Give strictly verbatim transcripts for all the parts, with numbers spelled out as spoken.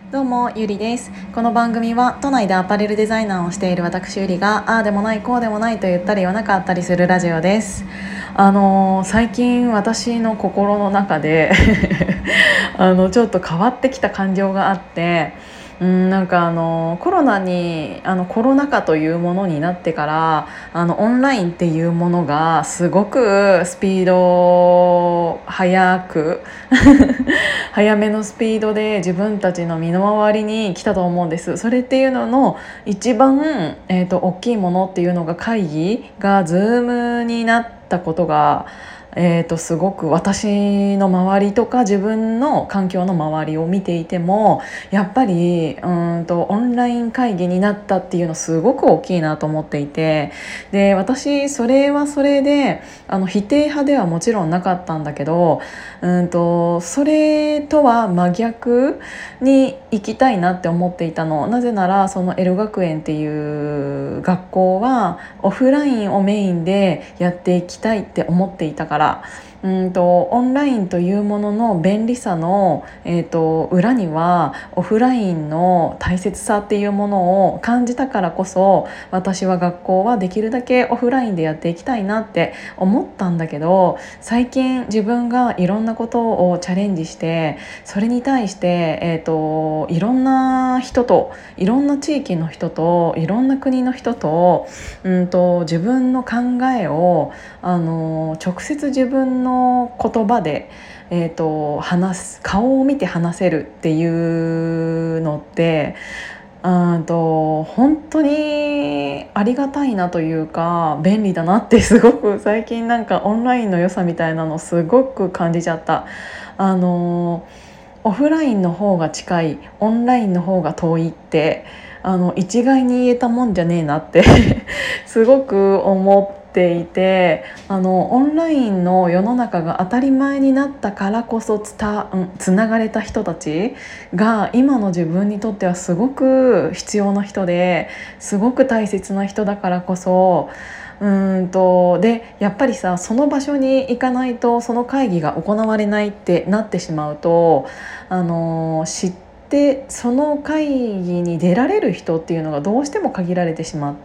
どうもゆりです。この番組は都内でアパレルデザイナーをしている私ゆりがああでもないこうでもないと言ったり言わなかったりするラジオです。あのー、最近私の心の中であのちょっと変わってきた感情があって、うん、なんかあのコロナにあのコロナ禍というものになってからあのオンラインっていうものがすごくスピード速く早めのスピードで自分たちの身の回りに来たと思うんです。それっていうのの一番、えーと、大きいものっていうのが会議が Zoom になったことがえー、とすごく私の周りとか自分の環境の周りを見ていてもやっぱりうんとオンライン会議になったっていうのすごく大きいなと思っていて、で私それはそれであの否定派ではもちろんなかったんだけど、うんとそれとは真逆に行きたいなって思っていたの。なぜならその L 学園っていう学校はオフラインをメインでやっていきたいって思っていたから、うんとオンラインというものの便利さの、えーと裏にはオフラインの大切さっていうものを感じたからこそ、私は学校はできるだけオフラインでやっていきたいなって思ったんだけど、最近自分がいろんなことをチャレンジして、それに対して、えーといろんな人といろんな地域の人といろんな国の人と、うんと自分の考えをあの直接自分の言葉で、えーと話す顔を見て話せるっていうのってうんと本当にありがたいなというか便利だなってすごく最近なんかオンラインの良さみたいなのすごく感じちゃった。あのオフラインの方が近いオンラインの方が遠いってあの一概に言えたもんじゃねえなってすごく思っていて、あのオンラインの世の中が当たり前になったからこそつた、うん、つながれた人たちが今の自分にとってはすごく必要な人ですごく大切な人だからこそ、うんとでやっぱりさ、その場所に行かないとその会議が行われないってなってしまうと、あの知ってでその会議に出られる人っていうのがどうしても限られてしまって、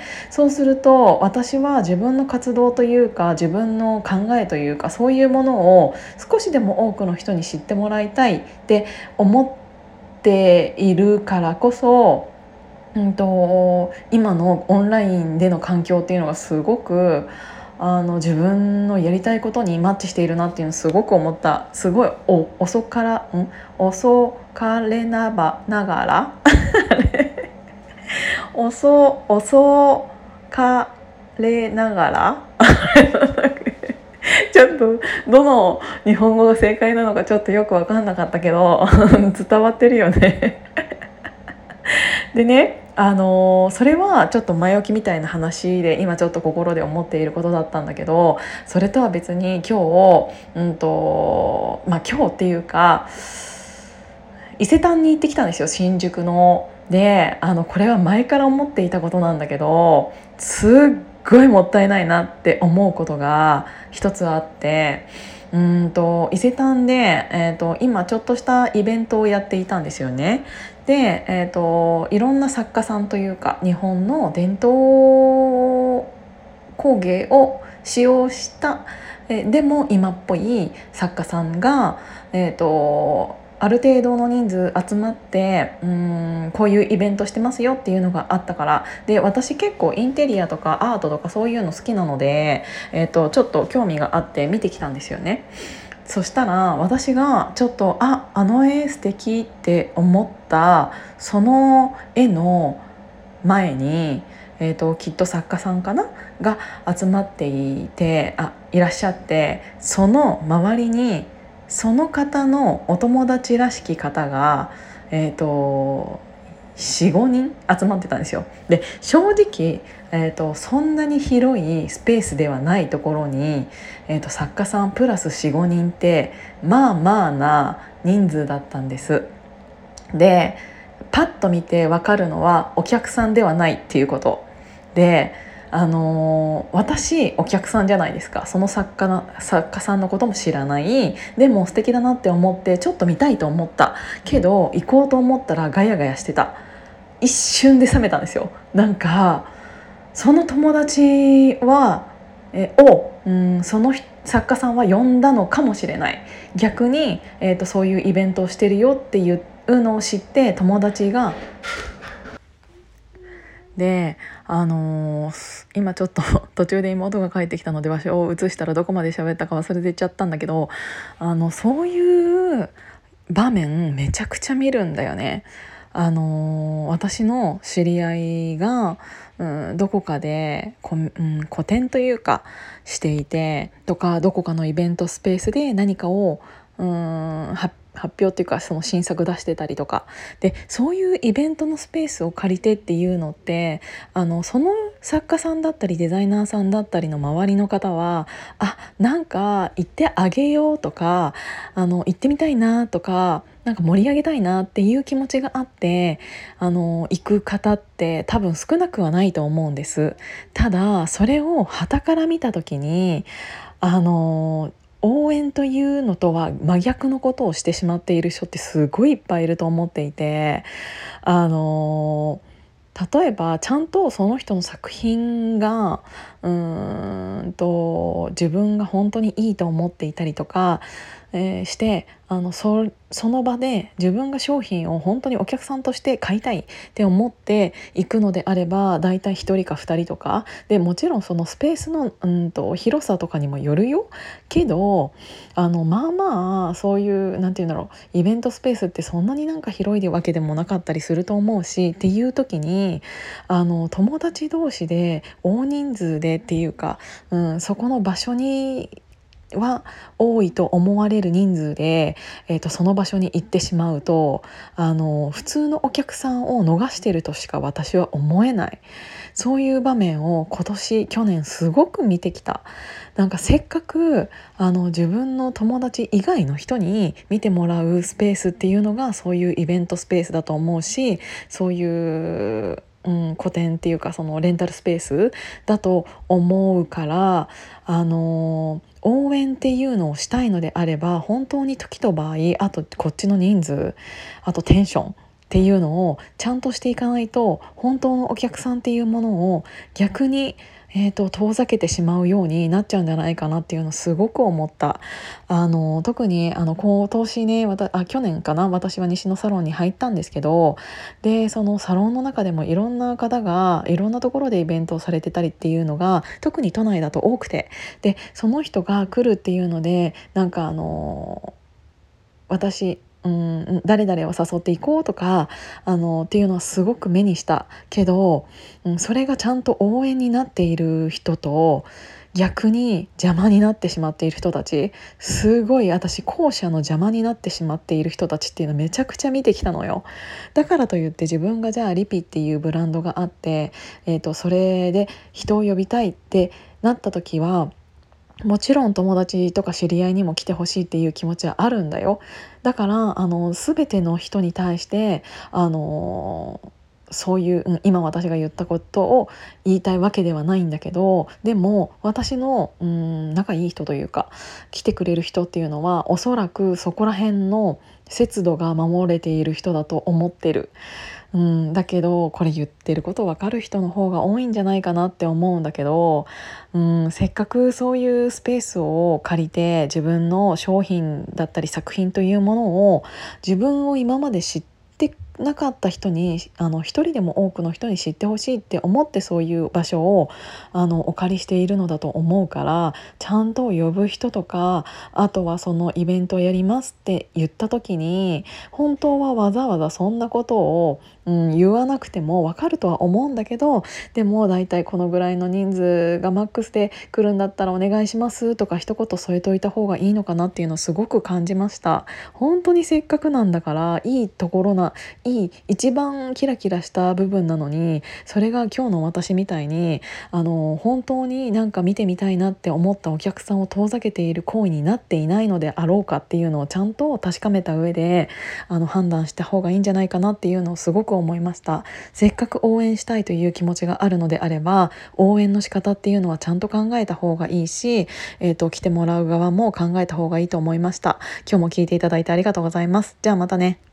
そうすると私は自分の活動というか自分の考えというかそういうものを少しでも多くの人に知ってもらいたいって思っているからこそ、うんと今のオンラインでの環境っていうのがすごくあの自分のやりたいことにマッチしているなっていうのをすごく思った。すごいお遅からん遅かれなばながら遅遅かれながらちょっとどの日本語が正解なのかちょっとよく分かんなかったけど伝わってるよねでね、あのーそれはちょっと前置きみたいな話で今ちょっと心で思っていることだったんだけど、それとは別に今日、うんとまあ、今日っていうか伊勢丹に行ってきたんですよ、新宿の。であのこれは前から思っていたことなんだけど、すっごいもったいないなって思うことが一つあって、うんと伊勢丹で、えーと今ちょっとしたイベントをやっていたんですよね。で、えーといろんな作家さんというか日本の伝統工芸を使用したえでも今っぽい作家さんが、えーとある程度の人数集まってうーんこういうイベントしてますよっていうのがあったから。で私結構インテリアとかアートとかそういうの好きなので、えーとちょっと興味があって見てきたんですよね。そしたら私がちょっとああの絵素敵って思ったその絵の前に、えーと、きっと作家さんかなが集まっていてあいらっしゃって、その周りにその方のお友達らしき方が、えーと、よん、ごにん集まってたんですよ。で正直、えーと、そんなに広いスペースではないところに、えーと、作家さんプラスよん、ごにんってまあまあな人数だったんです。でパッと見て分かるのはお客さんではないっていうことで、 あのー私お客さんじゃないですか。その作家な作家さんのことも知らない。でも素敵だなって思ってちょっと見たいと思ったけど、行こうと思ったらガヤガヤしてた。一瞬で冷めたんですよ。なんかその友達はえを、うん、その作家さんは呼んだのかもしれない。逆に、えーと、そういうイベントをしてるよっていうのを知って友達がで、あのー今ちょっと途中で妹が帰ってきたので場所を移したらどこまで喋ったか忘れてっちゃったんだけど、あのそういう場面めちゃくちゃ見るんだよね。あのー私の知り合いが、うん、どこかでこ、うん、個展というかしていてとか、どこかのイベントスペースで何かを、うん、発発表っていうかその新作出してたりとかで、そういうイベントのスペースを借りてっていうのって、あのその作家さんだったりデザイナーさんだったりの周りの方は、あ、なんか行ってあげようとか、あの行ってみたいなとか、なんか盛り上げたいなっていう気持ちがあって、あの行く方って多分少なくはないと思うんです。ただそれを傍から見た時に、あの応援というのとは真逆のことをしてしまっている人ってすごいいっぱいいると思っていて、あの例えばちゃんとその人の作品がうーんと自分が本当にいいと思っていたりとか、えーしてあの そ, その場で自分が商品を本当にお客さんとして買いたいって思っていくのであれば、だいたいひとりかふたりとかで、もちろんそのスペースのうんと広さとかにもよるよ。けどあのまあまあそういうなんていうんだろう、イベントスペースってそんなになんか広いわけでもなかったりすると思うしっていう時に、あの友達同士で大人数でっていうか、うん、そこの場所には多いと思われる人数で、えーと、その場所に行ってしまうと、あの普通のお客さんを逃してるとしか私は思えない。そういう場面を今年去年すごく見てきた。なんかせっかくあの自分の友達以外の人に見てもらうスペースっていうのがそういうイベントスペースだと思うし、そういううん、個展っていうかそのレンタルスペースだと思うから、あの応援っていうのをしたいのであれば、本当に時と場合、あとこっちの人数、あとテンションっていうのをちゃんとしていかないと、本当のお客さんっていうものを逆にえーと、遠ざけてしまうようになっちゃうんじゃないかなっていうのをすごく思った。あの特にあの今年ね、わたあ去年かな、私は西のサロンに入ったんですけど、でそのサロンの中でもいろんな方がいろんなところでイベントをされてたりっていうのが特に都内だと多くて、でその人が来るっていうので、なんかあの私うん、誰々を誘っていこうとかあのっていうのはすごく目にしたけど、うん、それがちゃんと応援になっている人と逆に邪魔になってしまっている人たち、すごい私後者の邪魔になってしまっている人たちっていうのめちゃくちゃ見てきたのよ。だからといって自分がじゃあリピっていうブランドがあって、えーと、それで人を呼びたいってなった時はもちろん友達とか知り合いにも来てほしいっていう気持ちはあるんだよ。だからあの全ての人に対してあのそういう、うん、今私が言ったことを言いたいわけではないんだけど、でも私の、うん、仲いい人というか来てくれる人っていうのはおそらくそこら辺の節度が守れている人だと思ってる。うん、だけどこれ言ってること分かる人の方が多いんじゃないかなって思うんだけど、うん、せっかくそういうスペースを借りて自分の商品だったり作品というものを自分を今まで知ってなかった人に、あの一人でも多くの人に知ってほしいって思ってそういう場所をあのお借りしているのだと思うから、ちゃんと呼ぶ人とか、あとはそのイベントをやりますって言った時に本当はわざわざそんなことを、うん、言わなくても分かるとは思うんだけど、でもだいたいこのぐらいの人数がマックスで来るんだったらお願いしますとか一言添えといた方がいいのかなっていうのをすごく感じました。本当にせっかくなんだからいいところないいい一番キラキラした部分なのに、それが今日の私みたいにあの本当になんか見てみたいなって思ったお客さんを遠ざけている行為になっていないのであろうかっていうのをちゃんと確かめた上であの判断した方がいいんじゃないかなっていうのをすごく思いました。せっかく応援したいという気持ちがあるのであれば、応援の仕方っていうのはちゃんと考えた方がいいし、えーと、来てもらう側も考えた方がいいと思いました。今日も聞いていただいてありがとうございます。じゃあまたね。